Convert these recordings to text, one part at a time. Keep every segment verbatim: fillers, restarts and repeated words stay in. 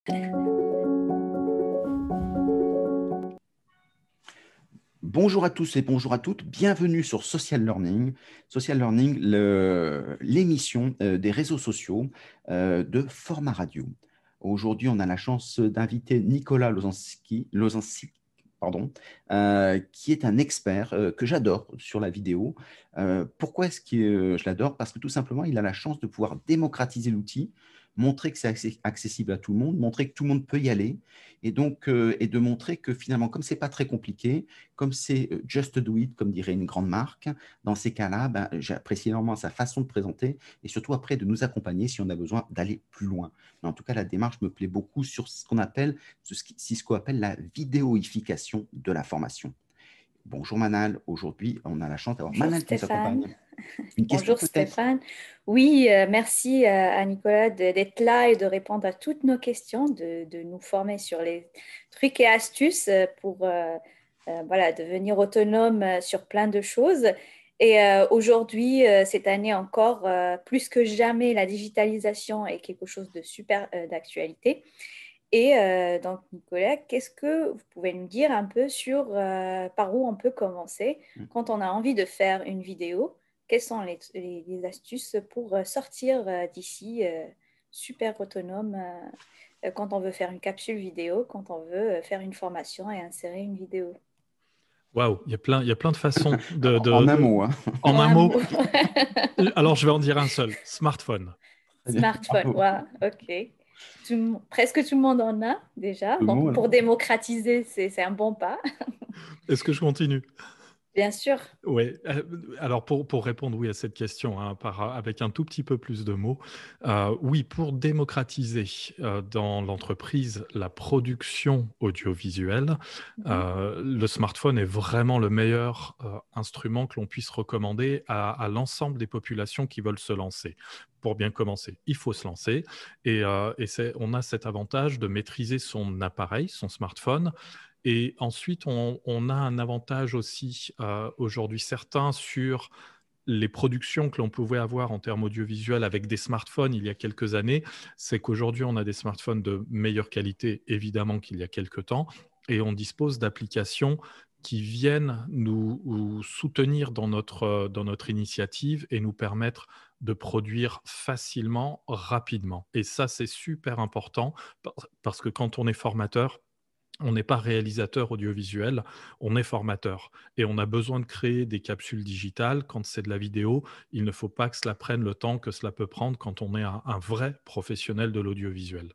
Bonjour à tous et bonjour à toutes, bienvenue sur Social Learning. Social Learning, le- l'émission euh, des réseaux sociaux euh, de Format Radio. Aujourd'hui, on a la chance d'inviter Nicolas Lozansky, Lozansky, pardon, euh, qui est un expert euh, que j'adore sur la vidéo. Euh, pourquoi est-ce que euh, je l'adore? Parce que tout simplement, il a la chance de pouvoir démocratiser l'outil, montrer que c'est accé- accessible à tout le monde, montrer que tout le monde peut y aller, et donc euh, et de montrer que finalement, comme c'est pas très compliqué, comme c'est euh, just do it, comme dirait une grande marque, dans ces cas-là, ben, j'apprécie énormément sa façon de présenter et surtout après de nous accompagner si on a besoin d'aller plus loin. Mais en tout cas, la démarche me plaît beaucoup sur ce qu'on appelle, ce qui- Cisco appelle la vidéoification de la formation. Bonjour Manal, aujourd'hui on a la chance d'avoir Bonjour Manal qui nous Stéphane. accompagne. Une question Bonjour peut-être? Stéphane. Oui, euh, merci euh, à Nicolas de- d'être là et de répondre à toutes nos questions, de, de nous former sur les trucs et astuces euh, pour euh, euh, voilà, devenir autonome euh, sur plein de choses. Et euh, aujourd'hui, euh, cette année encore, euh, plus que jamais, la digitalisation est quelque chose de super euh, d'actualité. Et euh, donc, Nicolas, qu'est-ce que vous pouvez nous dire un peu sur euh, par où on peut commencer quand on a envie de faire une vidéo? Quelles sont les, les- les astuces pour euh, sortir euh, d'ici euh, super autonome euh, euh, quand on veut faire une capsule vidéo, quand on veut euh, faire une formation et insérer une vidéo? Waouh, il y a plein, il y a plein de façons de, En de- un de- mot, hein. En En un un mot, mot. alors je vais en dire un seul, smartphone. Très bien, Smartphone, bravo. ouais, ok. Tout le mo- presque tout le monde en a déjà. Tout le Donc, monde. pour démocratiser, c'est c'est un bon pas. Est-ce que je continue? Bien sûr. Oui, alors pour, pour répondre oui à cette question, hein, par, avec un tout petit peu plus de mots, euh, oui, pour démocratiser euh, dans l'entreprise la production audiovisuelle, Mhm. euh, le smartphone est vraiment le meilleur euh, instrument que l'on puisse recommander à, à l'ensemble des populations qui veulent se lancer. Pour bien commencer, il faut se lancer et, euh, et c'est, on a cet avantage de maîtriser son appareil, son smartphone. Et ensuite, on, on a un avantage aussi euh, aujourd'hui certain sur les productions que l'on pouvait avoir en termes audiovisuels avec des smartphones il y a quelques années. C'est qu'aujourd'hui, on a des smartphones de meilleure qualité, évidemment, qu'il y a quelques temps, et on dispose d'applications qui viennent nous, nous soutenir dans notre, euh, dans notre initiative et nous permettre de produire facilement, rapidement. Et ça, c'est super important par- parce que quand on est formateur, on n'est pas réalisateur audiovisuel, on est formateur. Et on a besoin de créer des capsules digitales. Quand c'est de la vidéo, il ne faut pas que cela prenne le temps que cela peut prendre quand on est un, un vrai professionnel de l'audiovisuel.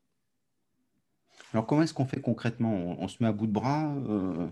Alors comment est-ce qu'on fait concrètement? On, on se met à bout de bras euh,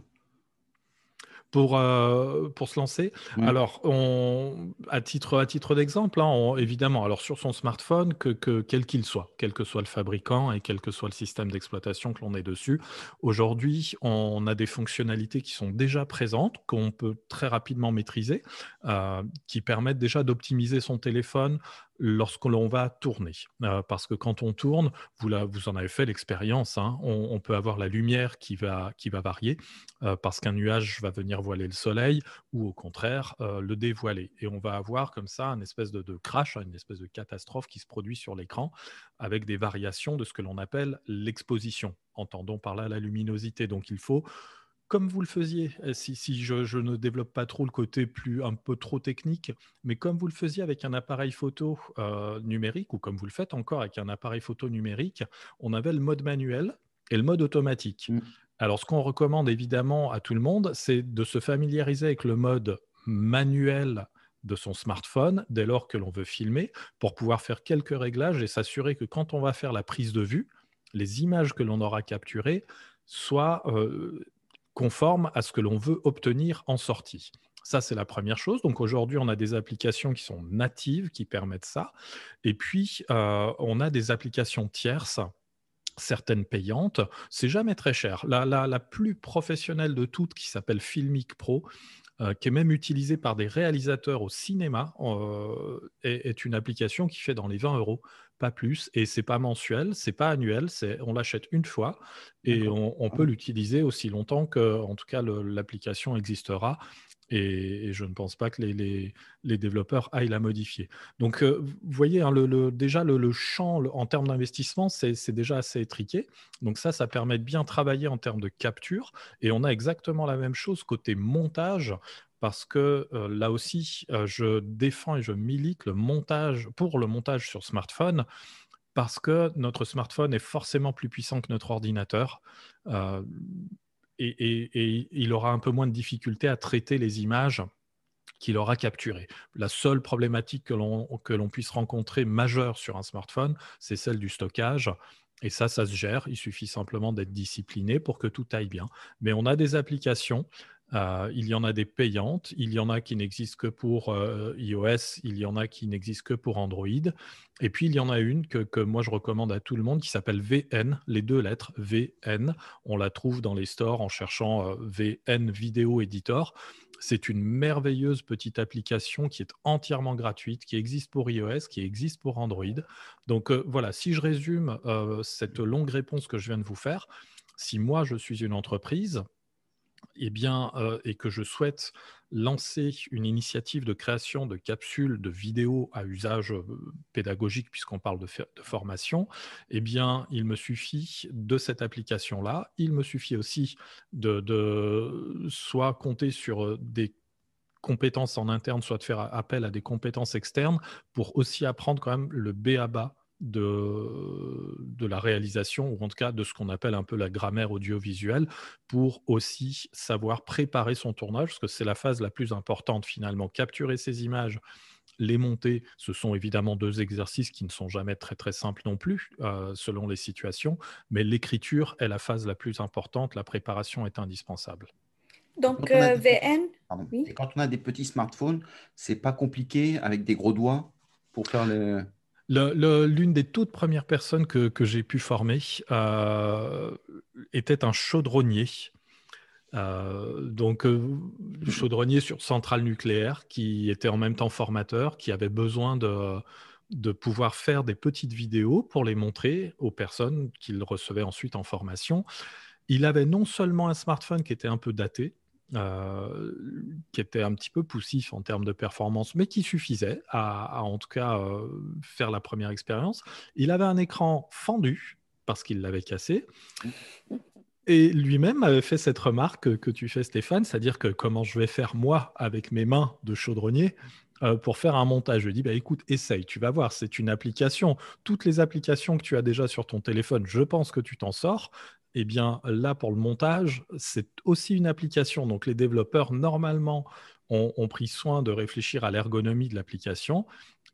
Pour, euh, pour se lancer, ouais. alors, on, à titre, à titre d'exemple, hein, on- évidemment, alors sur son smartphone, que, que- quel qu'il soit, quel que soit le fabricant et quel que soit le système d'exploitation que l'on ait dessus, aujourd'hui, on a des fonctionnalités qui sont déjà présentes, qu'on peut très rapidement maîtriser, euh, qui permettent déjà d'optimiser son téléphone lorsque l'on va tourner. Euh, parce que quand on tourne, vous, la- vous en avez fait l'expérience, hein, on, on peut avoir la lumière qui va, qui va varier euh, parce qu'un nuage va venir voiler le soleil ou au contraire euh, le dévoiler. Et on va avoir comme ça une espèce de, de crash, une espèce de catastrophe qui se produit sur l'écran avec des variations de ce que l'on appelle l'exposition. Entendons par là la luminosité. Donc il faut, comme vous le faisiez, euh, si, si je, je ne développe pas trop le côté plus un peu trop technique, mais comme vous le faisiez avec un appareil photo euh, numérique, ou comme vous le faites encore avec un appareil photo numérique, on avait le mode manuel et le mode automatique. Mm. Alors, ce qu'on recommande évidemment à tout le monde, c'est de se familiariser avec le mode manuel de son smartphone dès lors que l'on veut filmer pour pouvoir faire quelques réglages et s'assurer que quand on va faire la prise de vue, les images que l'on aura capturées soient euh, conformes à ce que l'on veut obtenir en sortie. Ça, c'est la première chose. Donc aujourd'hui, on a des applications qui sont natives, qui permettent ça. Et puis, euh, on a des applications tierces, certaines payantes. C'est jamais très cher. La, la, la plus professionnelle de toutes, qui s'appelle Filmic Pro, euh, qui est même utilisée par des réalisateurs au cinéma, euh, est, est une application qui fait dans les vingt euros pas plus. Et c'est pas mensuel, c'est pas annuel, c'est, on l'achète une fois et D'accord. on, on peut l'utiliser aussi longtemps que, en tout cas, le- l'application existera. Et, et je ne pense pas que les, les- les développeurs aillent la modifier. Donc, euh, vous voyez, hein, le, le- déjà, le, le champ le- en termes d'investissement, c'est c'est déjà assez étriqué. Donc ça, ça permet de bien travailler en termes de capture. Et on a exactement la même chose côté montage, parce que euh, là aussi, euh, je défends et je milite le montage pour le montage sur smartphone, parce que notre smartphone est forcément plus puissant que notre ordinateur. Euh, et, et- et il aura un peu moins de difficulté à traiter les images qu'il aura capturées. La seule problématique que l'on que l'on puisse rencontrer majeure sur un smartphone, c'est celle du stockage. Et ça, ça se gère. Il suffit simplement d'être discipliné pour que tout aille bien. Mais on a des applications. Euh, il y en a des payantes. Il y en a qui n'existent que pour euh, iOS. Il y en a qui n'existent que pour Android. Et puis, il y en a une que, que moi, je recommande à tout le monde qui s'appelle V N, les deux lettres V N. On la trouve dans les stores en cherchant euh, V N Video Editor. C'est une merveilleuse petite application qui est entièrement gratuite, qui existe pour iOS, qui existe pour Android. Donc euh, voilà, si je résume euh, cette longue réponse que je viens de vous faire, si moi je suis une entreprise, eh bien, euh, et que je souhaite lancer une initiative de création de capsules de vidéos à usage euh, pédagogique, puisqu'on parle de, de formation, eh bien, il me suffit de cette application-là. Il me suffit aussi de, de soit compter sur euh, des compétences en interne, soit de faire appel à des compétences externes pour aussi apprendre quand même le b a ba de, de la réalisation, ou en tout cas de ce qu'on appelle un peu la grammaire audiovisuelle, pour aussi savoir préparer son tournage, parce que c'est la phase la plus importante finalement. Capturer ces images, les monter, ce sont évidemment deux exercices qui ne sont jamais très très simples non plus, euh, selon les situations, mais l'écriture est la phase la plus importante, la préparation est indispensable. Et Donc, quand on a euh, des petits, V N, pardon. oui. Et quand on a des petits smartphones, c'est pas compliqué avec des gros doigts pour faire le. Le- le- L'une des toutes premières personnes que, que j'ai pu former euh, était un chaudronnier. Euh, donc, euh, chaudronnier sur centrale nucléaire, qui était en même temps formateur, qui avait besoin de, de pouvoir faire des petites vidéos pour les montrer aux personnes qu'il recevait ensuite en formation. Il avait non seulement un smartphone qui était un peu daté, euh, qui était un petit peu poussif en termes de performance, mais qui suffisait à, à, en tout cas euh, faire la première expérience. Il avait un écran fendu parce qu'il l'avait cassé. Et lui-même avait fait cette remarque que tu fais, Stéphane, c'est-à-dire que comment je vais faire moi avec mes mains de chaudronnier euh, pour faire un montage. Je lui dis, bah, écoute, essaye, tu vas voir, c'est une application. Toutes les applications que tu as déjà sur ton téléphone, je pense que tu t'en sors. Eh bien, là, pour le montage, c'est aussi une application. Donc, les développeurs, normalement, ont, ont pris soin de réfléchir à l'ergonomie de l'application.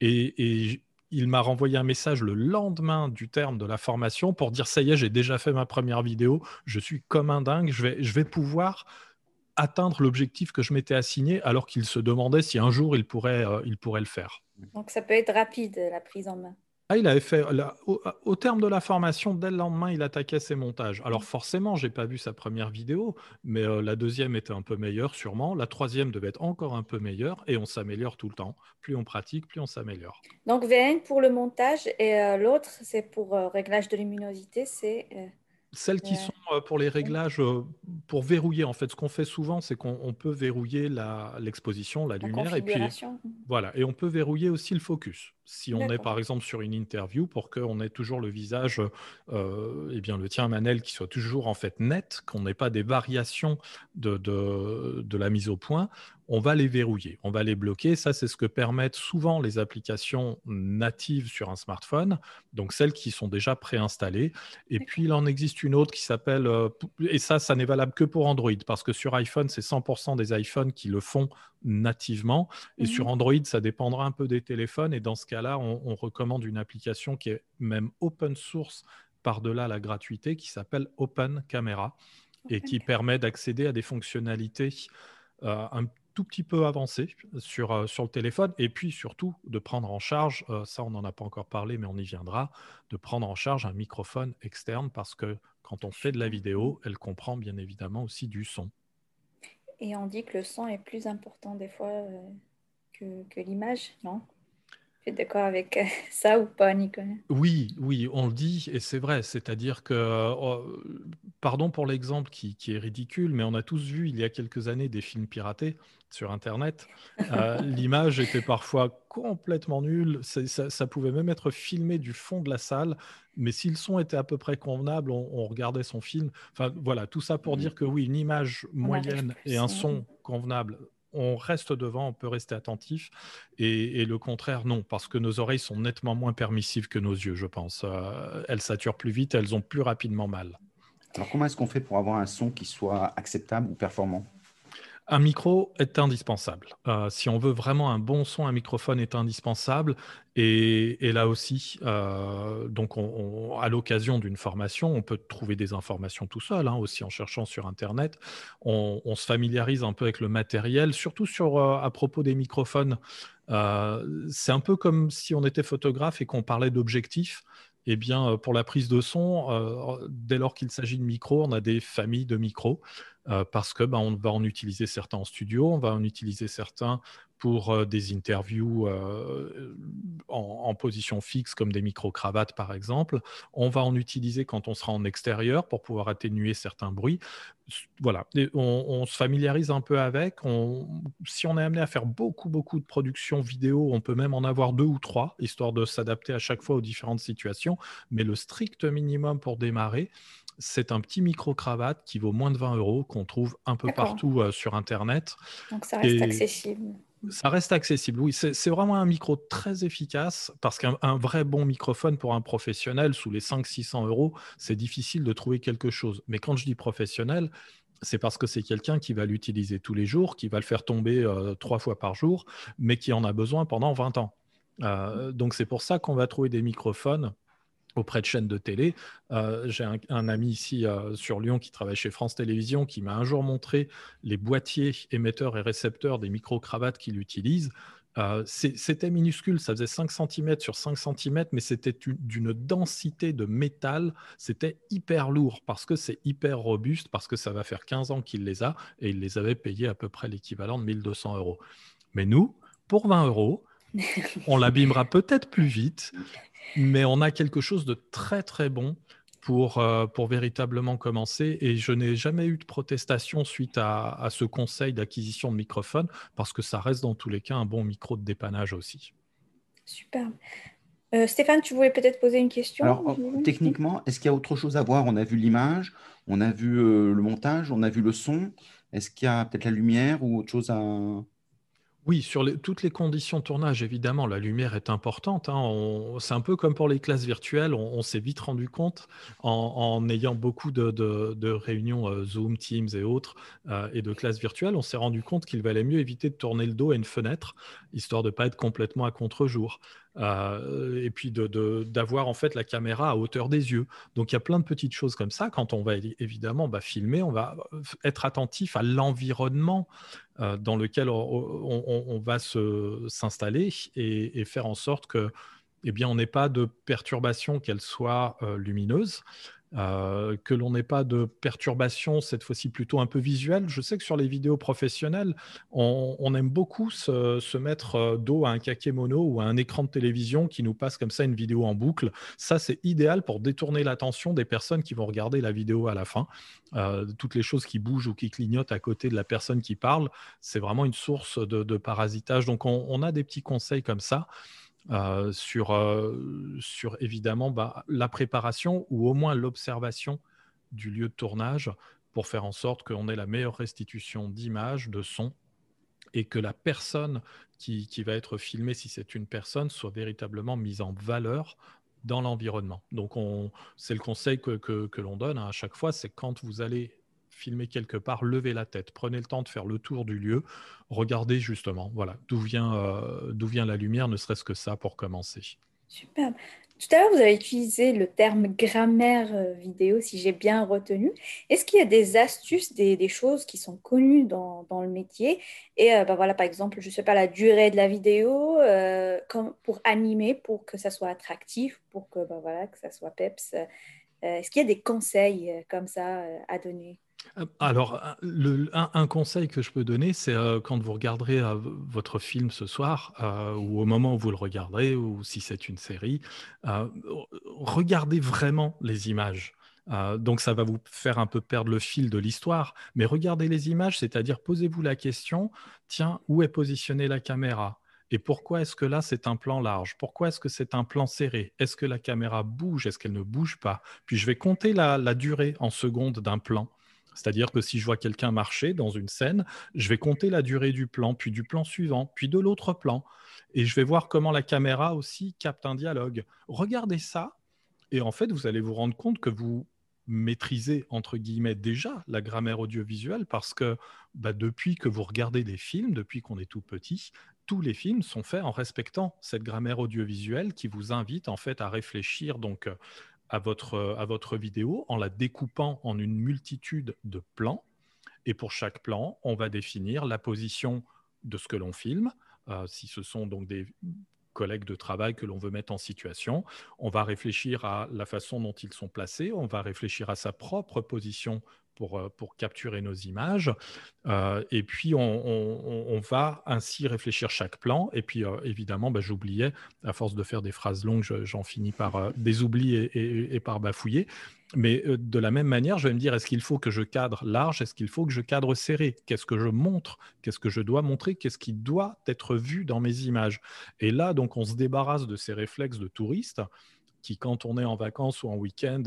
Et, et il m'a renvoyé un message le lendemain du terme de la formation pour dire, ça y est, j'ai déjà fait ma première vidéo, je suis comme un dingue, je vais, je vais pouvoir atteindre l'objectif que je m'étais assigné, alors qu'il se demandait si un jour il pourrait, euh, il pourrait le faire. Donc, ça peut être rapide, la prise en main. Ah, il avait fait, là, au, au terme de la formation, dès le lendemain, il attaquait ses montages. Alors forcément, j'ai pas vu sa première vidéo, mais euh, la deuxième était un peu meilleure sûrement, la troisième devait être encore un peu meilleure, et on s'améliore tout le temps. Plus on pratique, plus on s'améliore. Donc, V N pour le montage et euh, l'autre, c'est pour euh, réglage de luminosité, c'est euh, Celles qui euh, sont euh, pour les réglages, euh, pour verrouiller, en fait, ce qu'on fait souvent, c'est qu'on on peut verrouiller la- l'exposition, la la lumière, et puis configuration. voilà. Et on peut verrouiller aussi le focus. Si on est D'accord. par exemple sur une interview, pour qu'on ait toujours le visage, euh, eh bien le tien, Manel, qui soit toujours en fait net, qu'on n'ait pas des variations de, de, de la mise au point, on va les verrouiller, on va les bloquer. Ça, c'est ce que permettent souvent les applications natives sur un smartphone, donc celles qui sont déjà préinstallées. Et puis, il en existe une autre qui s'appelle, euh, et ça, ça n'est valable que pour Android, parce que sur iPhone, c'est cent pour cent des iPhones qui le font nativement. Et sur Mhm. Android, ça dépendra un peu des téléphones. Et dans ce cas-là, on, on recommande une application qui est même open source par-delà la gratuité, qui s'appelle Open Camera et qui permet d'accéder à des fonctionnalités euh, un tout petit peu avancées sur, euh, sur le téléphone. Et puis surtout, de prendre en charge, euh, ça on n'en a pas encore parlé, mais on y viendra, de prendre en charge un microphone externe parce que quand on fait de la vidéo, elle comprend bien évidemment aussi du son. Et on dit que le son est plus important des fois euh, que, que l'image, non? Tu es d'accord avec euh, ça ou pas, Nicolas? Oui, oui, on le dit et c'est vrai. C'est-à-dire que, euh, pardon pour l'exemple qui, qui est ridicule, mais on a tous vu il y a quelques années des films piratés sur Internet. Euh, l'image était parfois complètement nulle. C'est- Ça, ça pouvait même être filmé du fond de la salle, mais si le son était à peu près convenable, on, on regardait son film. Enfin, voilà, tout ça pour dire que oui, une image On n'arrive moyenne et plus. un euh, son convenable. On reste devant, on peut rester attentif. Et, et le contraire, non, parce que nos oreilles sont nettement moins permissives que nos yeux, je pense. Euh, elles saturent plus vite, elles ont plus rapidement mal. Alors, comment est-ce qu'on fait pour avoir un son qui soit acceptable ou performant? Un micro est indispensable. Euh, si on veut vraiment un bon son, un microphone est indispensable. Et, et là aussi, euh, donc on- on- à l'occasion d'une formation, on peut trouver des informations tout seul, hein, aussi en cherchant sur Internet. On, on se familiarise un peu avec le matériel, surtout sur, euh, à propos des microphones. Euh, c'est un peu comme si on était photographe et qu'on parlait d'objectifs. Eh bien, euh, pour la prise de son, euh, dès lors qu'il s'agit de micros, on a des familles de micros. Euh, parce que ben, on va en utiliser certains en studio, on va en utiliser certains pour euh, des interviews euh, en, en position fixe, comme des micro-cravates par exemple. On va en utiliser quand on sera en extérieur pour pouvoir atténuer certains bruits. Voilà, et on, on se familiarise un peu avec. On, si on est amené à faire beaucoup, beaucoup de productions vidéo, on peut même en avoir deux ou trois, histoire de s'adapter à chaque fois aux différentes situations. Mais le strict minimum pour démarrer, c'est un petit micro-cravate qui vaut moins de vingt euros, qu'on trouve un peu D'accord. partout euh, sur Internet. Donc, ça reste Et accessible. ça reste accessible, oui. C'est c'est vraiment un micro très efficace parce qu'un un vrai bon microphone pour un professionnel, sous les cinq cents six cents euros, c'est difficile de trouver quelque chose. Mais quand je dis professionnel, c'est parce que c'est quelqu'un qui va l'utiliser tous les jours, qui va le faire tomber euh, trois fois par jour, mais qui en a besoin pendant vingt ans. Euh, donc c'est pour ça qu'on va trouver des microphones auprès de chaînes de télé. Euh, j'ai un, un ami ici euh, sur Lyon qui travaille chez France Télévisions qui m'a un jour montré les boîtiers émetteurs et récepteurs des micro-cravates qu'il utilise. Euh, c'est- c'était minuscule, ça faisait cinq centimètres sur cinq centimètres, mais c'était une- d'une densité de métal. C'était hyper lourd parce que c'est hyper robuste, parce que ça va faire quinze ans qu'il les a et il les avait payés à peu près l'équivalent de mille deux cents euros. Mais nous, pour vingt euros, on l'abîmera peut-être plus vite, mais on a quelque chose de très très bon pour, euh, pour véritablement commencer. Et je n'ai jamais eu de protestation suite à, à ce conseil d'acquisition de microphone, parce que ça reste dans tous les cas un bon micro de dépannage aussi. Super. Euh, Stéphane, tu voulais peut-être poser une question? Alors, euh, techniquement, est-ce qu'il y a autre chose à voir? On a vu l'image, on a vu euh, le montage, on a vu le son. Est-ce qu'il y a peut-être la lumière ou autre chose à... Oui, sur les- toutes les conditions de tournage, évidemment, la lumière est importante, hein. On- c'est un peu comme pour les classes virtuelles. On, on s'est vite rendu compte, en, en ayant beaucoup de, de- de réunions euh, Zoom, Teams et autres, euh, et de classes virtuelles, on s'est rendu compte qu'il valait mieux éviter de tourner le dos à une fenêtre, histoire de ne pas être complètement à contre-jour. Euh, et puis de, de- d'avoir en fait la caméra à hauteur des yeux. Donc il y a plein de petites choses comme ça. Quand on va évi- évidemment bah, filmer, on va euh, être attentif à l'environnement euh, dans lequel on, on- on va se, s'installer et, et faire en sorte que, eh bien, on n'ait pas de perturbation, qu'elle soit euh, lumineuse, euh, que l'on n'ait pas de perturbation, cette fois-ci plutôt un peu visuelle. Je sais que sur les vidéos professionnelles, on, on aime beaucoup se, se mettre euh, dos à un kakémono ou à un écran de télévision qui nous passe comme ça une vidéo en boucle. Ça, c'est idéal pour détourner l'attention des personnes qui vont regarder la vidéo à la fin. Euh, toutes les choses qui bougent ou qui clignotent à côté de la personne qui parle, c'est vraiment une source de, de parasitage. Donc, on, on a des petits conseils comme ça euh, sur, euh, sur évidemment bah, la préparation ou au moins l'observation du lieu de tournage pour faire en sorte qu'on ait la meilleure restitution d'image, de son, et que la personne qui, qui va être filmée, si c'est une personne, soit véritablement mise en valeur dans l'environnement. Donc, on, c'est le conseil que, que, que l'on donne hein, à chaque fois, c'est quand vous allez filmer quelque part, levez la tête, prenez le temps de faire le tour du lieu, regardez justement, voilà, d'où vient, euh, d'où vient la lumière, ne serait-ce que ça pour commencer. Superbe. Tout à l'heure, vous avez utilisé le terme grammaire euh, vidéo, si j'ai bien retenu. Est-ce qu'il y a des astuces, des, des choses qui sont connues dans, dans le métier? Et euh, bah voilà, par exemple, je ne sais pas, la durée de la vidéo euh, comme, pour animer, pour que ça soit attractif, pour que, bah voilà, que ça soit peps. Euh, est-ce qu'il y a des conseils euh, comme ça euh, à donner? Alors, un, le, un, un conseil que je peux donner, c'est euh, quand vous regarderez euh, votre film ce soir, euh, ou au moment où vous le regarderez, ou si c'est une série, euh, regardez vraiment les images. Euh, donc, ça va vous faire un peu perdre le fil de l'histoire, mais regardez les images, c'est-à-dire posez-vous la question, tiens, où est positionnée la caméra? Et pourquoi est-ce que là, c'est un plan large? Pourquoi est-ce que c'est un plan serré? Est-ce que la caméra bouge? Est-ce qu'elle ne bouge pas? Puis, je vais compter la, la durée en secondes d'un plan. C'est-à-dire que si je vois quelqu'un marcher dans une scène, je vais compter la durée du plan, puis du plan suivant, puis de l'autre plan. Et je vais voir comment la caméra aussi capte un dialogue. Regardez ça, et en fait, vous allez vous rendre compte que vous maîtrisez, entre guillemets, déjà la grammaire audiovisuelle, parce que bah, depuis que vous regardez des films, depuis qu'on est tout petit, tous les films sont faits en respectant cette grammaire audiovisuelle qui vous invite en fait à réfléchir donc à votre, à votre vidéo en la découpant en une multitude de plans. Et pour chaque plan, on va définir la position de ce que l'on filme. Euh, si ce sont donc des collègues de travail que l'on veut mettre en situation, on va réfléchir à la façon dont ils sont placés, on va réfléchir à sa propre position pour, euh, pour capturer nos images. Euh, et puis, on, on, on, va ainsi réfléchir chaque plan. Et puis, euh, évidemment, bah, j'oubliais, à force de faire des phrases longues, je, j'en finis par euh, des oublis et, et, et par bafouiller. Mais euh, de la même manière, je vais me dire, est-ce qu'il faut que je cadre large? Est-ce qu'il faut que je cadre serré? Qu'est-ce que je montre? Qu'est-ce que je dois montrer? Qu'est-ce qui doit être vu dans mes images? Et là, donc, on se débarrasse de ces réflexes de touristes qui, quand on est en vacances ou en week-end,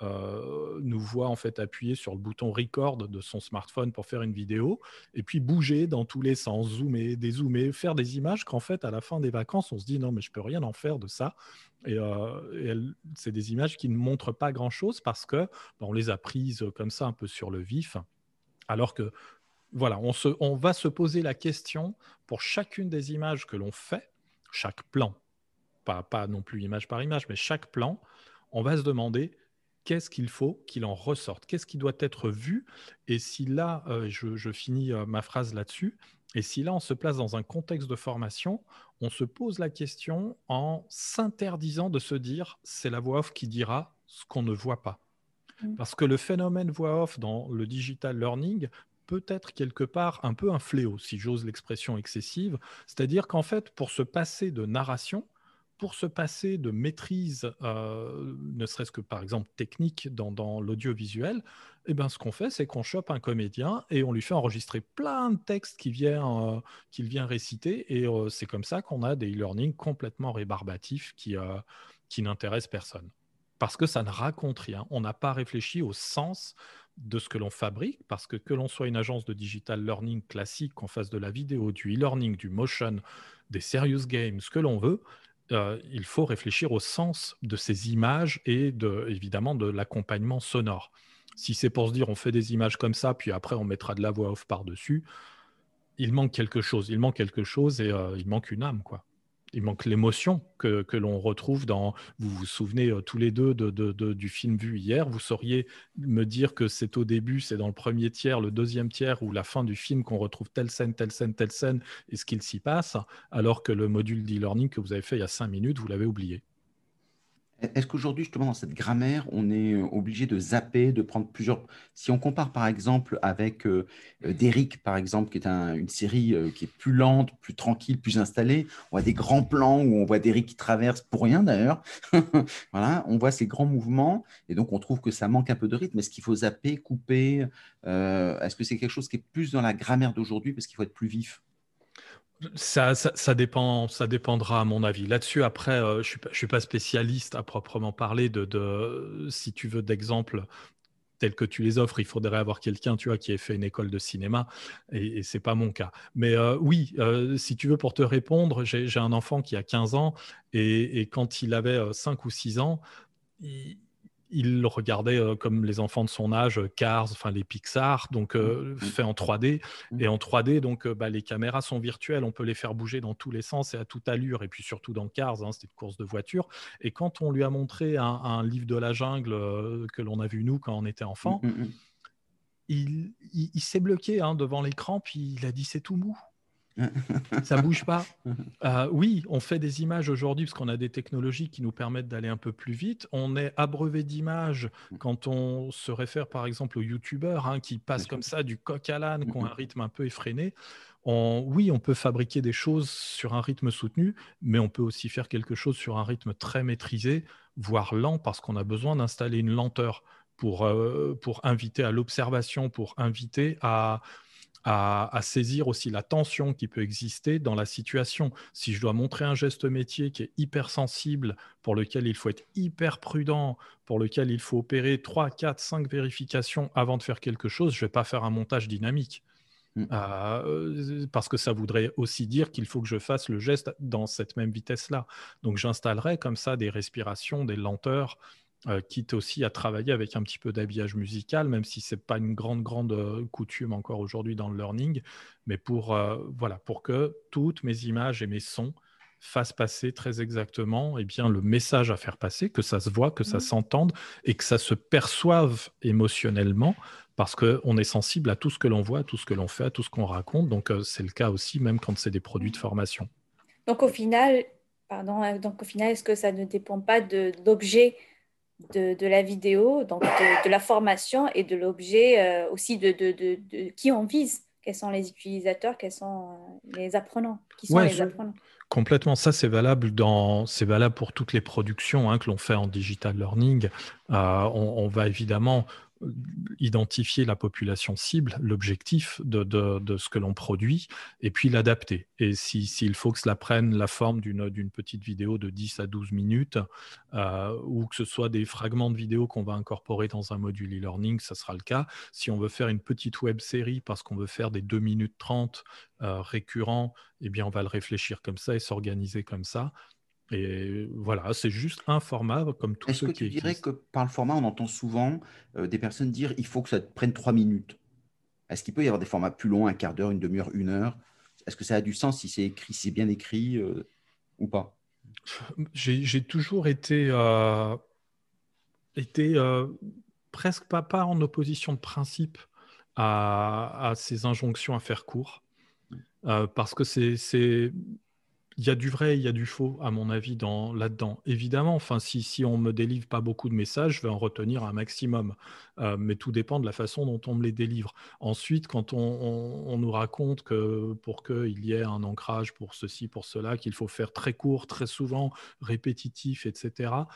euh, nous voit en fait appuyer sur le bouton record de son smartphone pour faire une vidéo et puis bouger dans tous les sens, zoomer, dézoomer, faire des images qu'en fait à la fin des vacances on se dit non mais je peux rien en faire de ça et, euh, et elles, c'est des images qui ne montrent pas grand chose parce que ben, on les a prises comme ça un peu sur le vif alors que voilà on, se, on va se poser la question pour chacune des images que l'on fait, chaque plan, pas, pas non plus image par image, mais chaque plan, on va se demander qu'est-ce qu'il faut qu'il en ressorte, qu'est-ce qui doit être vu. Et si là, euh, je, je, finis euh, ma phrase là-dessus, et si là, on se place dans un contexte de formation, on se pose la question en s'interdisant de se dire c'est la voix off qui dira ce qu'on ne voit pas. Parce que le phénomène voix off dans le digital learning peut être quelque part un peu un fléau, si j'ose l'expression excessive. C'est-à-dire qu'en fait, pour se passer de narration, pour se passer de maîtrise, euh, ne serait-ce que par exemple technique dans, dans l'audiovisuel, eh ben, ce qu'on fait, c'est qu'on chope un comédien et on lui fait enregistrer plein de textes qu'il vient, euh, qu'il vient réciter. Et euh, c'est comme ça qu'on a des e-learning complètement rébarbatifs qui, euh, qui n'intéressent personne. Parce que ça ne raconte rien. On n'a pas réfléchi au sens de ce que l'on fabrique, parce que que l'on soit une agence de digital learning classique, qu'on fasse de la vidéo, du e-learning, du motion, des serious games, ce que l'on veut, euh, il faut réfléchir au sens de ces images et de, évidemment de l'accompagnement sonore. Si c'est pour se dire on fait des images comme ça, puis après on mettra de la voix off par-dessus, il manque quelque chose. Il manque quelque chose et euh, il manque une âme, quoi. Il manque l'émotion que, que l'on retrouve dans... Vous vous souvenez euh, tous les deux de, de, de, du film vu hier. Vous sauriez me dire que c'est au début, c'est dans le premier tiers, le deuxième tiers ou la fin du film qu'on retrouve telle scène, telle scène, telle scène et ce qu'il s'y passe, alors que le module d'e-learning que vous avez fait il y a cinq minutes, vous l'avez oublié. Est-ce qu'aujourd'hui, justement, dans cette grammaire, on est obligé de zapper, de prendre plusieurs... Si on compare, par exemple, avec euh, euh, Derrick, par exemple, qui est un- une série euh, qui est plus lente, plus tranquille, plus installée, on voit des grands plans où on voit Derrick qui traverse, pour rien d'ailleurs. Voilà, on voit ces grands mouvements, et donc on trouve que ça manque un peu de rythme. Est-ce qu'il faut zapper, couper? Euh, Est-ce que c'est quelque chose qui est plus dans la grammaire d'aujourd'hui parce qu'il faut être plus vif? Ça, ça, ça dépend, ça dépendra à mon avis. Là-dessus, après, euh, je suis pas, je suis pas spécialiste à proprement parler de, de si tu veux, d'exemples tels que tu les offres. Il faudrait avoir quelqu'un, tu vois, qui ait fait une école de cinéma, et, et c'est pas mon cas. Mais euh, oui, euh, si tu veux, pour te répondre, j'ai, j'ai un enfant qui a quinze ans, et, et quand il avait euh, cinq ou six ans, il, il regardait euh, comme les enfants de son âge, euh, Cars, enfin les Pixar, donc euh, Mmh, fait en trois D. mmh, Et en trois D, donc euh, bah, les caméras sont virtuelles, on peut les faire bouger dans tous les sens et à toute allure. Et puis surtout dans Cars, hein, c'était une course de voiture. Et quand on lui a montré un, un livre de la jungle euh, que l'on a vu nous quand on était mmh, enfant, mmh, mmh. il, il, il s'est bloqué hein, devant l'écran, puis il a dit c'est tout mou. Ça bouge pas. Euh, oui, on fait des images aujourd'hui parce qu'on a des technologies qui nous permettent d'aller un peu plus vite. On est abreuvé d'images quand on se réfère par exemple aux youtubeurs hein, qui passent comme ça du coq à l'âne, qui ont un rythme un peu effréné. On, oui, on peut fabriquer des choses sur un rythme soutenu, mais on peut aussi faire quelque chose sur un rythme très maîtrisé, voire lent, parce qu'on a besoin d'installer une lenteur pour, euh, pour inviter à l'observation, pour inviter à à, à saisir aussi la tension qui peut exister dans la situation. Si je dois montrer un geste métier qui est hyper sensible, pour lequel il faut être hyper prudent, pour lequel il faut opérer trois, quatre, cinq vérifications avant de faire quelque chose, je ne vais pas faire un montage dynamique. Mm. Euh, parce que ça voudrait aussi dire qu'il faut que je fasse le geste dans cette même vitesse-là. Donc j'installerai comme ça des respirations, des lenteurs, euh, quitte aussi à travailler avec un petit peu d'habillage musical, même si c'est pas une grande, grande euh, coutume encore aujourd'hui dans le learning, mais pour, euh, voilà, pour que toutes mes images et mes sons fassent passer très exactement eh bien, le message à faire passer, que ça se voit, que ça Mhm. s'entende et que ça se perçoive émotionnellement parce qu'on est sensible à tout ce que l'on voit, à tout ce que l'on fait, à tout ce qu'on raconte. Donc, euh, c'est le cas aussi, même quand c'est des produits de formation. Donc au final, pardon, hein, donc au final, est-ce que ça ne dépend pas de l'objet de, de la vidéo, donc de, de la formation et de l'objet euh, aussi de, de, de, de qui on vise? Quels sont les utilisateurs, quels sont euh, les apprenants? Qui sont Ouais, les apprenants? complètement. Ça, c'est valable dans, c'est valable pour toutes les productions hein, que l'on fait en digital learning. Euh, on, on va évidemment euh, identifier la population cible, l'objectif de, de, de ce que l'on produit, et puis l'adapter. Et si, s'il faut que cela prenne la forme d'une, d'une petite vidéo de dix à douze minutes, euh, ou que ce soit des fragments de vidéos qu'on va incorporer dans un module e-learning, ça sera le cas. Si on veut faire une petite web série parce qu'on veut faire des deux minutes trente euh, récurrents, eh bien, on va le réfléchir comme ça et s'organiser comme ça. Et voilà, c'est juste un format comme tous Est-ce ceux que qui tu dirais existent. que par le format, on entend souvent euh, des personnes dire il faut que ça te prenne trois minutes? Est-ce qu'il peut y avoir des formats plus longs, un quart d'heure, une demi-heure, une heure? Est-ce que ça a du sens si c'est écrit, si c'est bien écrit euh, ou pas? J'ai, j'ai toujours été, euh, été euh, presque pas, pas en opposition de principe à, à ces injonctions à faire court, euh, parce que c'est, c'est, il y a du vrai, il y a du faux, à mon avis, dans, là-dedans. Évidemment, enfin, si, si on me délivre pas beaucoup de messages, je vais en retenir un maximum. Euh, mais tout dépend de la façon dont on me les délivre. Ensuite, quand on, on- on nous raconte que pour qu'il y ait un ancrage pour ceci, pour cela, qu'il faut faire très court, très souvent, répétitif, et cetera.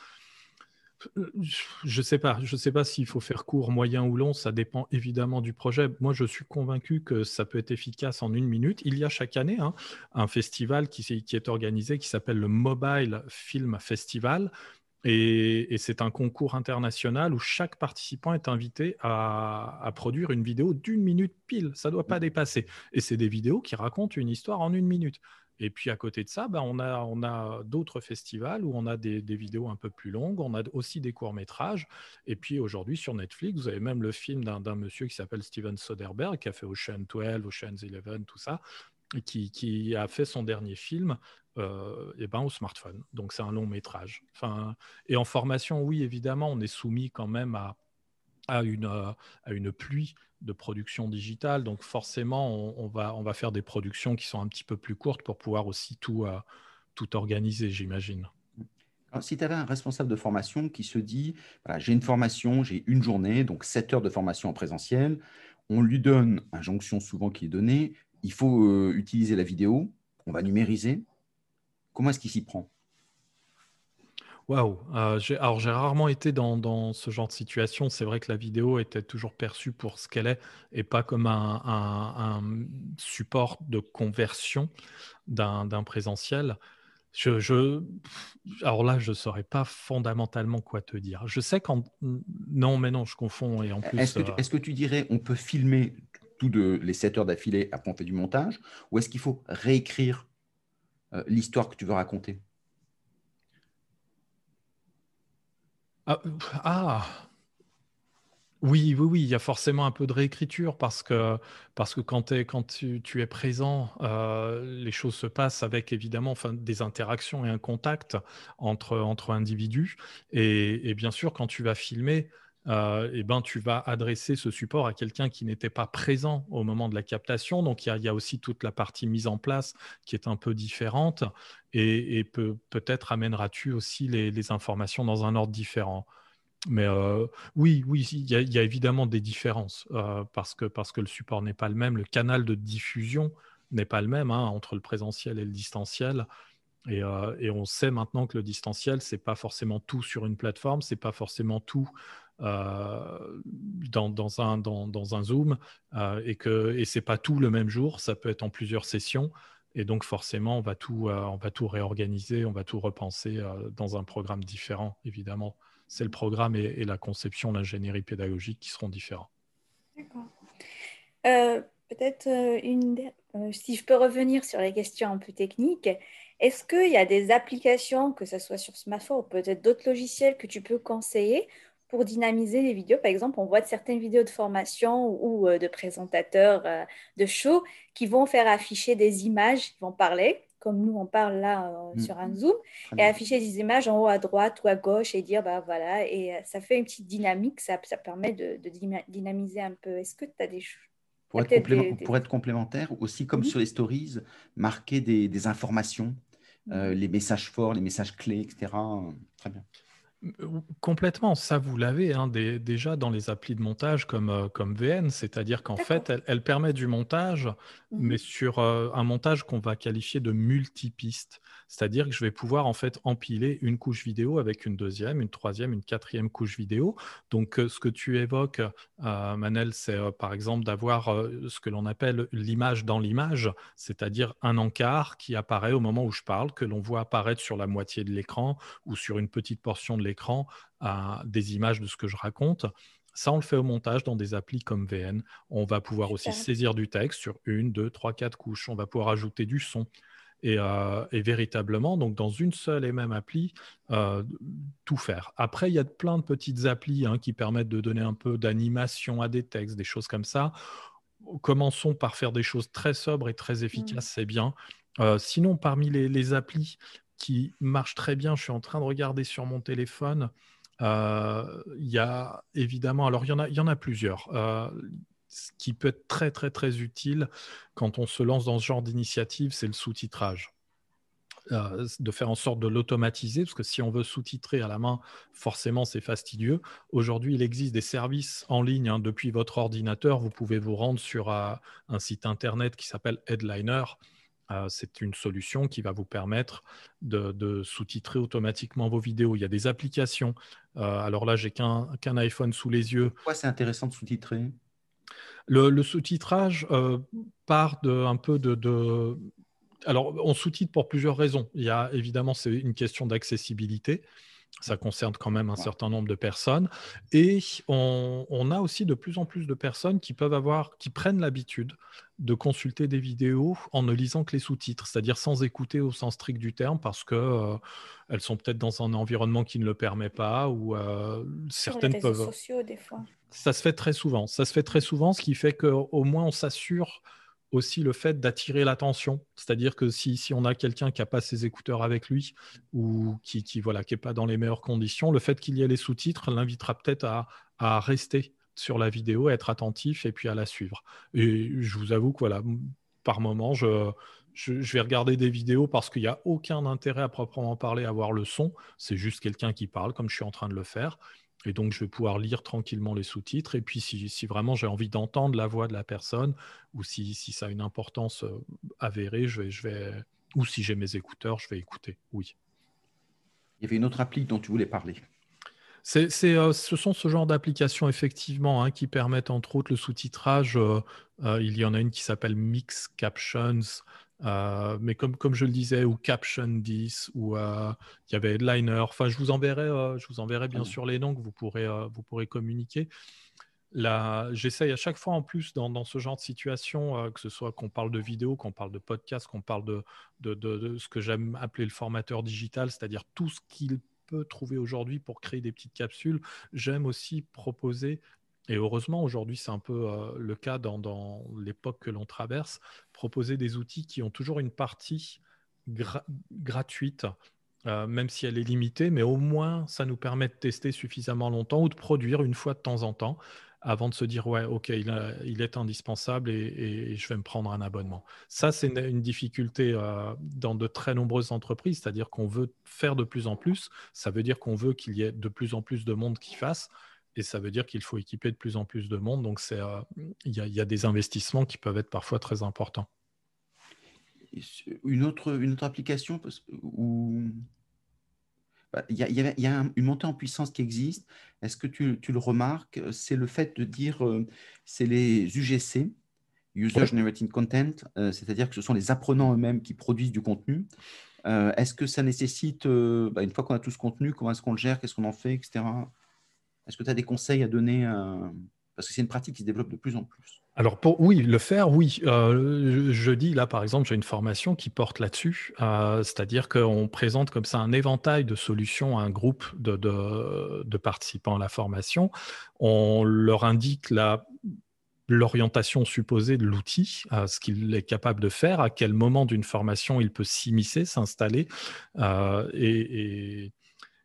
Je ne sais pas. Je sais pas s'il faut faire court, moyen ou long. Ça dépend évidemment du projet. Moi, je suis convaincu que ça peut être efficace en une minute. Il y a chaque année hein, un festival qui, s'est- qui est organisé qui s'appelle le Mobile Film Festival. Et, et c'est un concours international où chaque participant est invité à, à produire une vidéo d'une minute pile. Ça ne doit pas dépasser. Et c'est des vidéos qui racontent une histoire en une minute. Et puis à côté de ça, ben, on a, on a d'autres festivals où on a des, des vidéos un peu plus longues, on a aussi des courts-métrages. Et puis aujourd'hui, sur Netflix, vous avez même le film d'un d'un monsieur qui s'appelle Steven Soderbergh, qui a fait Ocean douze, Ocean's eleven, tout ça, et qui, qui a fait son dernier film euh, eh ben, au smartphone. Donc c'est un long métrage. Enfin, et en formation, oui, évidemment, on est soumis quand même à, à, une, euh, à une pluie de production digitale. Donc forcément, on, on va, on va faire des productions qui sont un petit peu plus courtes pour pouvoir aussi tout, euh, tout organiser, j'imagine. Alors, si tu avais un responsable de formation qui se dit, voilà, j'ai une formation, j'ai une journée, donc sept heures de formation en présentiel, on lui donne, injonction souvent qui est donnée, il faut euh, utiliser la vidéo, on va numériser. Comment est-ce qu'il s'y prend? Waouh! Euh, j'ai- alors, j'ai rarement été dans, dans ce genre de situation. C'est vrai que la vidéo était toujours perçue pour ce qu'elle est et pas comme un, un- un support de conversion d'un d'un présentiel. Je, je- alors là, je ne saurais pas fondamentalement quoi te dire. Je sais qu'en... Non, mais non, je confonds. Et en Est-ce plus, que euh, tu, est-ce que tu dirais on peut filmer tous de, les sept heures d'affilée après on fait du montage, ou est-ce qu'il faut réécrire euh, l'histoire que tu veux raconter? ah, ah, oui, oui, oui, il y a forcément un peu de réécriture parce que, parce que quand, t'es- quand tu, tu es présent, euh, les choses se passent avec évidemment enfin, des interactions et un contact entre, entre individus. Et, et bien sûr, quand tu vas filmer, euh, eh ben, tu vas adresser ce support à quelqu'un qui n'était pas présent au moment de la captation. Donc, il y a, il y a aussi toute la partie mise en place qui est un peu différente et, et peut, peut-être amèneras-tu aussi les, les informations dans un ordre différent. Mais euh, oui, oui, il y, a, il y a évidemment des différences euh, parce que, parce que le support n'est pas le même, le canal de diffusion n'est pas le même hein, entre le présentiel et le distanciel. Et, euh, et on sait maintenant que le distanciel, c'est pas forcément tout sur une plateforme, c'est pas forcément tout euh, dans, dans, un, dans, dans un Zoom, euh, et que et c'est pas tout le même jour, ça peut être en plusieurs sessions. Et donc forcément, on va tout, euh, on va tout réorganiser, on va tout repenser euh, dans un programme différent, évidemment. C'est le programme et, et la conception, l'ingénierie pédagogique qui seront différents. D'accord. Euh, peut-être euh, une, euh, si je peux revenir sur les questions un peu techniques, est-ce qu'il y a des applications, que ce soit sur smartphone ou peut-être d'autres logiciels que tu peux conseiller pour dynamiser les vidéos? Par exemple, on voit certaines vidéos de formation ou, ou, euh, de présentateurs euh, de show qui vont faire afficher des images, qui vont parler, comme nous on parle là euh, Mm. sur un Zoom, Très et bien. afficher des images en haut à droite ou à gauche et dire, bah voilà, et euh, ça fait une petite dynamique, ça, ça permet de, de dyna- dynamiser un peu. Est-ce que tu as des choses? Pour être, Peut-être complément- des, pour des- être complémentaire, aussi comme Mhm, sur les stories, marquer des, des informations, euh, mhm. les messages forts, les messages clés, et cetera. Très bien. Complètement, ça vous l'avez hein, des- déjà dans les applis de montage comme, euh, comme V N, c'est-à-dire qu'en fait, D'accord. elle, elle permet du montage, mais Mhm. sur euh, un montage qu'on va qualifier de multipiste, c'est-à-dire que je vais pouvoir en fait empiler une couche vidéo avec une deuxième, une troisième, une quatrième couche vidéo. Donc, euh, ce que tu évoques, euh, Manel, c'est euh, par exemple d'avoir euh, ce que l'on appelle l'image dans l'image, c'est-à-dire un encart qui apparaît au moment où je parle, que l'on voit apparaître sur la moitié de l'écran ou sur une petite portion de l'écran à des images de ce que je raconte. Ça, on le fait au montage dans des applis comme V N. On va pouvoir aussi Super. saisir du texte sur une, deux, trois, quatre couches. On va pouvoir ajouter du son. Et, euh, et véritablement, donc dans une seule et même appli, euh, tout faire. Après, il y a plein de petites applis hein, qui permettent de donner un peu d'animation à des textes, des choses comme ça. Commençons par faire des choses très sobres et très Mhm. efficaces, c'est bien. Euh, sinon, parmi les, les applis qui marchent très bien, je suis en train de regarder sur mon téléphone. Euh, Il y a évidemment, alors il y en a, il y en a plusieurs. Euh, ce qui peut être très très très utile quand on se lance dans ce genre d'initiative, c'est le sous-titrage. Euh, de faire en sorte de l'automatiser, parce que si on veut sous-titrer à la main, forcément c'est fastidieux. Aujourd'hui, il existe des services en ligne hein, depuis votre ordinateur. Vous pouvez vous rendre sur euh, un site internet qui s'appelle Headliner. Euh, c'est une solution qui va vous permettre de, de sous-titrer automatiquement vos vidéos. Il y a des applications. Euh, alors là, j'ai qu'un qu'un iPhone sous les yeux. Pourquoi c'est intéressant de sous-titrer? Le, le sous-titrage euh, part de, un peu de, de alors, on sous-titre pour plusieurs raisons. Il y a évidemment, c'est une question d'accessibilité. Ça concerne quand même un Ouais. certain nombre de personnes. Et on, on a aussi de plus en plus de personnes qui peuvent avoir, qui prennent l'habitude de consulter des vidéos en ne lisant que les sous-titres, c'est-à-dire sans écouter au sens strict du terme, parce que euh, elles sont peut-être dans un environnement qui ne le permet pas, ou euh, Sur les certaines réseaux peuvent. sociaux, des fois. Ça se fait très souvent. Ça se fait très souvent, ce qui fait qu'au moins on s'assure aussi le fait d'attirer l'attention. C'est-à-dire que si, si on a quelqu'un qui n'a pas ses écouteurs avec lui ou qui qui voilà qui est pas dans les meilleures conditions, le fait qu'il y ait les sous-titres l'invitera peut-être à, à rester sur la vidéo, à être attentif et puis à la suivre. Et je vous avoue que voilà, par moment, je, je, je vais regarder des vidéos parce qu'il n'y a aucun intérêt à proprement parler à voir le son. C'est juste quelqu'un qui parle comme je suis en train de le faire. Et donc, je vais pouvoir lire tranquillement les sous-titres. Et puis, si, si vraiment j'ai envie d'entendre la voix de la personne, ou si, si ça a une importance euh, avérée, je vais, je vais, ou si j'ai mes écouteurs, je vais écouter. Oui. Il y avait une autre appli dont tu voulais parler. C'est, c'est, euh, ce sont ce genre d'applications, effectivement, hein, qui permettent entre autres le sous-titrage. Euh, euh, il y en a une qui s'appelle Mix Captions. Euh, mais comme, comme je le disais, ou Caption dix, ou euh, il y avait Headliner. Enfin, je vous enverrai, euh, je vous enverrai Très bien bien. sûr les noms que vous pourrez, euh, vous pourrez communiquer. Là, j'essaye à chaque fois en plus dans, dans ce genre de situation, euh, que ce soit qu'on parle de vidéo, qu'on parle de podcast, qu'on parle de, de, de- de ce que j'aime appeler le formateur digital, c'est-à-dire tout ce qu'il peut trouver aujourd'hui pour créer des petites capsules. J'aime aussi proposer, et heureusement aujourd'hui c'est un peu euh, le cas dans, dans l'époque que l'on traverse, proposer des outils qui ont toujours une partie gra- gratuite euh, même si elle est limitée, mais au moins ça nous permet de tester suffisamment longtemps ou de produire une fois de temps en temps avant de se dire ouais, ok, il, a- il est indispensable et, et je vais me prendre un abonnement. Ça, c'est une, une difficulté euh, dans de très nombreuses entreprises, c'est-à-dire qu'on veut faire de plus en plus. Ça veut dire qu'on veut qu'il y ait de plus en plus de monde qui fasse. Et ça veut dire qu'il faut équiper de plus en plus de monde. Donc, c'est, euh, il y a, il y a des investissements qui peuvent être parfois très importants. Une autre, une autre application parce- où bah, il y a, il y a- il y a un- une montée en puissance qui existe. Est-ce que tu, tu le remarques? C'est le fait de dire, euh, c'est les U G C, User Oui. Generated Content, euh, c'est-à-dire que ce sont les apprenants eux-mêmes qui produisent du contenu. Euh, est-ce que ça nécessite, euh, bah, une fois qu'on a tout ce contenu, comment est-ce qu'on le gère, qu'est-ce qu'on en fait, et cetera. Est-ce que tu as des conseils à donner euh, parce que c'est une pratique qui se développe de plus en plus. Alors, pour, oui, le faire, oui. Euh, je, je dis, là, par exemple, j'ai une formation qui porte là-dessus. Euh, c'est-à-dire qu'on présente comme ça un éventail de solutions à un groupe de, de- de participants à la formation. On leur indique la, l'orientation supposée de l'outil, euh, ce qu'il est capable de faire, à quel moment d'une formation il peut s'immiscer, s'installer. Euh, et, et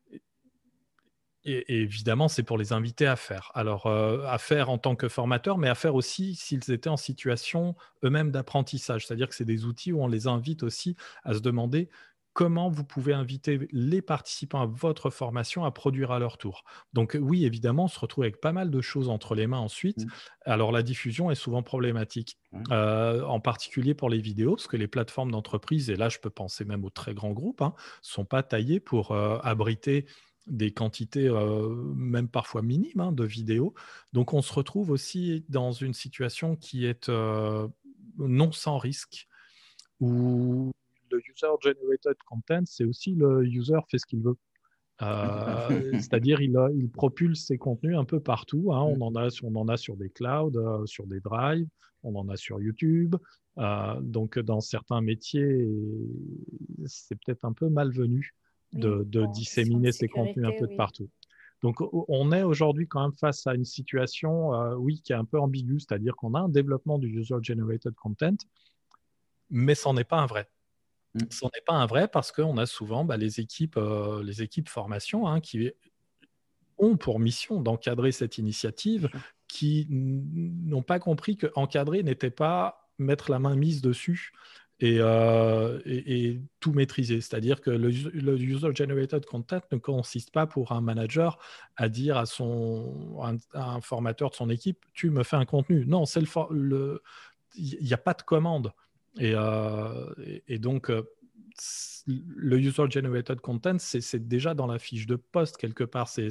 Et, et évidemment, c'est pour les inviter à faire. Alors, euh, à faire en tant que formateur, mais à faire aussi s'ils étaient en situation eux-mêmes d'apprentissage. C'est-à-dire que c'est des outils où on les invite aussi à se demander comment vous pouvez inviter les participants à votre formation à produire à leur tour. Donc oui, évidemment, on se retrouve avec pas mal de choses entre les mains ensuite. Mmh. Alors, la diffusion est souvent problématique. Ouais. Euh, en particulier pour les vidéos, parce que les plateformes d'entreprise, et là je peux penser même aux très grands groupes, ne hein, sont pas taillées pour euh, abriter des quantités euh, même parfois minimes hein, de vidéos. Donc on se retrouve aussi dans une situation qui est euh, non sans risque, où le user-generated content, c'est aussi le user fait ce qu'il veut. Euh, c'est-à-dire il, a- il propulse ses contenus un peu partout. Hein. On, en a, on en a sur des clouds, euh, sur des drives, on en a sur YouTube. Euh, donc dans certains métiers, c'est peut-être un peu malvenu Oui, de, de bon, question de disséminer ces contenus un sécurité, peu de oui. partout. Donc on est aujourd'hui quand même face à une situation, euh, oui, qui est un peu ambiguë, c'est-à-dire qu'on a un développement du user-generated content, mais c'en est pas un vrai. Mmh. Ce n'est pas un vrai parce qu'on a souvent bah, les, équipes, euh, les équipes formation hein, qui ont pour mission d'encadrer cette initiative, qui n'ont pas compris que encadrer n'était pas mettre la main mise dessus et, euh, et, et tout maîtriser. C'est-à-dire que le, le user-generated content ne consiste pas pour un manager à dire à, son, à un, à un formateur de son équipe, tu me fais un contenu. Non, c'est le, le il n'y a pas de commande. Et, euh, et, et donc, euh, le user-generated content, c'est déjà dans la fiche de poste quelque part. C'est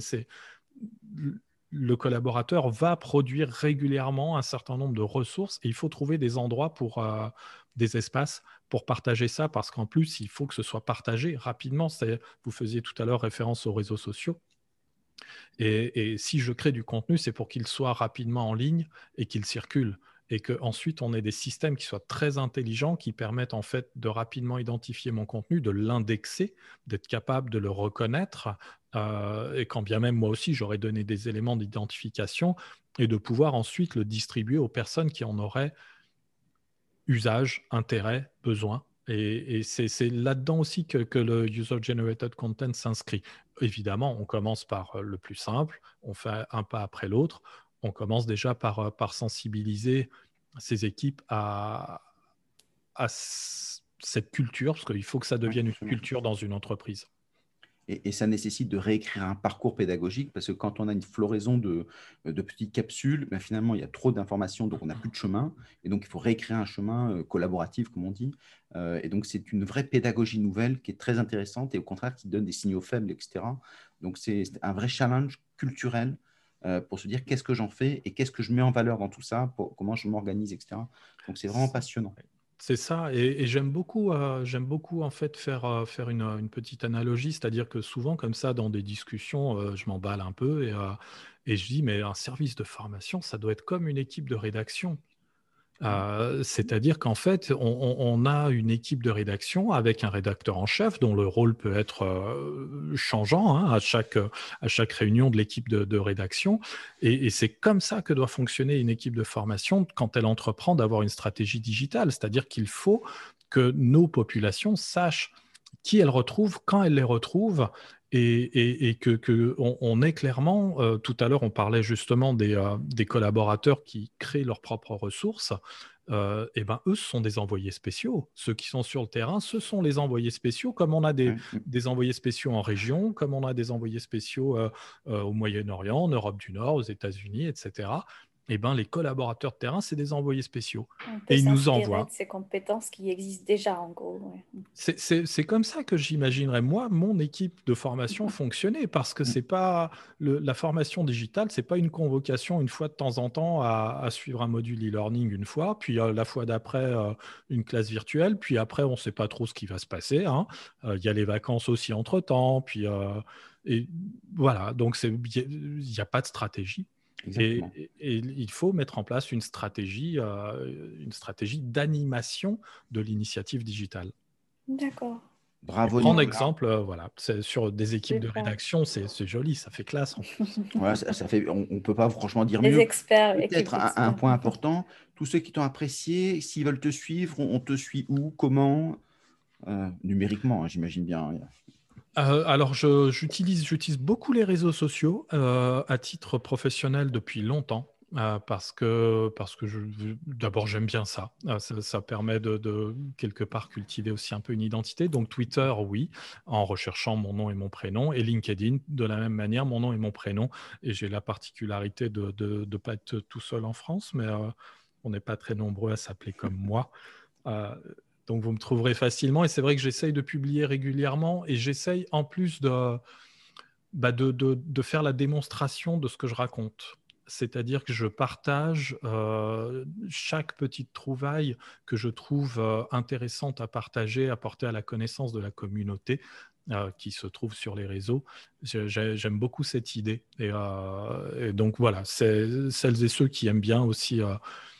le collaborateur va produire régulièrement un certain nombre de ressources et il faut trouver des endroits pour euh, des espaces pour partager ça parce qu'en plus, il faut que ce soit partagé rapidement. Vous faisiez tout à l'heure référence aux réseaux sociaux. Et, et si je crée du contenu, c'est pour qu'il soit rapidement en ligne et qu'il circule. Et qu'ensuite, on ait des systèmes qui soient très intelligents, qui permettent en fait de rapidement identifier mon contenu, de l'indexer, d'être capable de le reconnaître. Euh, et quand bien même moi aussi, j'aurais donné des éléments d'identification et de pouvoir ensuite le distribuer aux personnes qui en auraient usage, intérêt, besoin. Et, et c'est là-dedans aussi que, que le user-generated content s'inscrit. Évidemment, on commence par le plus simple, on fait un pas après l'autre. On commence déjà par, par sensibiliser ces équipes à, à cette culture, parce qu'il faut que ça Ouais, devienne une absolument. culture dans une entreprise. Et, et ça nécessite de réécrire un parcours pédagogique parce que quand on a une floraison de, de petites capsules, ben finalement, il y a trop d'informations, donc on n'a plus de chemin. Et donc, il faut réécrire un chemin euh, collaboratif, comme on dit. Euh, et donc, c'est une vraie pédagogie nouvelle qui est très intéressante et au contraire qui donne des signaux faibles, et cetera. Donc, c'est un vrai challenge culturel euh, pour se dire qu'est-ce que j'en fais et qu'est-ce que je mets en valeur dans tout ça, pour, comment je m'organise, et cetera. Donc, c'est vraiment passionnant. C'est ça, et, et j'aime beaucoup, euh, j'aime beaucoup en fait faire, euh, faire une, une petite analogie, c'est-à-dire que souvent comme ça dans des discussions, euh, je m'emballe un peu et, euh, et je dis mais un service de formation, ça doit être comme une équipe de rédaction. Euh, c'est-à-dire qu'en fait, on, on- on a une équipe de rédaction avec un rédacteur en chef dont le rôle peut être euh, changeant hein, à chaque, à chaque réunion de l'équipe de, de rédaction. Et, et c'est comme ça que doit fonctionner une équipe de formation quand elle entreprend d'avoir une stratégie digitale. C'est-à-dire qu'il faut que nos populations sachent qui elle retrouve, quand elle les retrouve, et, et, et que, que on, on est clairement, euh, tout à l'heure on parlait justement des, euh, des collaborateurs qui créent leurs propres ressources, euh, et ben eux ce sont des envoyés spéciaux. Ceux qui sont sur le terrain, ce sont les envoyés spéciaux, comme on a des, Ouais. des envoyés spéciaux en région, comme on a des envoyés spéciaux euh, euh, au Moyen-Orient, en Europe du Nord, aux États-Unis, et cetera. Et ben les collaborateurs de terrain, c'est des envoyés spéciaux. On peut Et ils nous s'inspirer envoient. de ces compétences qui existent déjà, en gros. Ouais. C'est c'est- c'est comme ça que j'imaginerais, moi, mon équipe de formation fonctionner, parce que c'est pas le- la formation digitale, c'est pas une convocation une fois de temps en temps à, à suivre un module e-learning une fois, puis euh, la fois d'après euh, une classe virtuelle, puis après on ne sait pas trop ce qui va se passer, hein. Euh, Il y a les vacances aussi entre-temps, puis euh, et voilà, donc c'est- il n'y a pas de stratégie. Exactement. Et, et- et il faut mettre en place une stratégie, euh, une stratégie d'animation de l'initiative digitale. D'accord. Et Bravo, prendre Nicolas. exemple, euh, voilà, c'est sur des équipes de Super. rédaction, c'est c'est joli, ça fait classe en plus. Voilà, ça, ça fait, on ne peut pas franchement dire Les mieux. experts, équipe Peut-être un, un d'experts. point important, tous ceux qui t'ont apprécié, s'ils veulent te suivre, on, on te suit où, comment? Euh, numériquement, hein, j'imagine bien. Euh, alors, je- j'utilise, j'utilise beaucoup les réseaux sociaux euh, à titre professionnel depuis longtemps. euh, parce que, parce que je, d'abord, j'aime bien ça. Euh, ça. Ça permet de, de, quelque part, cultiver aussi un peu une identité. Donc, Twitter, oui, en recherchant mon nom et mon prénom. Et LinkedIn, de la même manière, mon nom et mon prénom. Et j'ai la particularité de ne pas être tout seul en France, mais euh, on n'est pas très nombreux à s'appeler comme moi. Euh, donc, vous me trouverez facilement. Et c'est vrai que j'essaye de publier régulièrement et j'essaye en plus de, bah, de, de, de faire la démonstration de ce que je raconte. C'est-à-dire que je partage euh, chaque petite trouvaille que je trouve euh, intéressante à partager, à porter à la connaissance de la communauté euh, qui se trouve sur les réseaux. J'aime beaucoup cette idée. Et, euh, et donc voilà, c'est celles et ceux qui aiment bien aussi euh,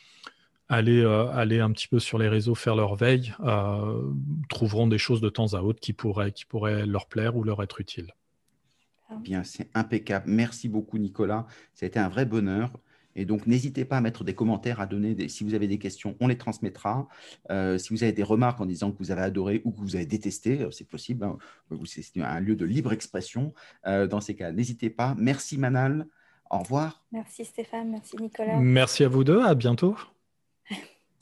aller, euh, aller un petit peu sur les réseaux, faire leur veille, euh, trouveront des choses de temps à autre qui pourraient, qui pourraient leur plaire ou leur être utiles. Bien, c'est impeccable. Merci beaucoup, Nicolas. Ça a été un vrai bonheur. Et donc, n'hésitez pas à mettre des commentaires, à donner des... Si vous avez des questions, on les transmettra. Euh, si vous avez des remarques en disant que vous avez adoré ou que vous avez détesté, euh, c'est possible, hein. C'est un lieu de libre expression. Euh, dans ces cas, n'hésitez pas. Merci, Manal. Au revoir. Merci Stéphane, merci Nicolas. Merci à vous deux, à bientôt.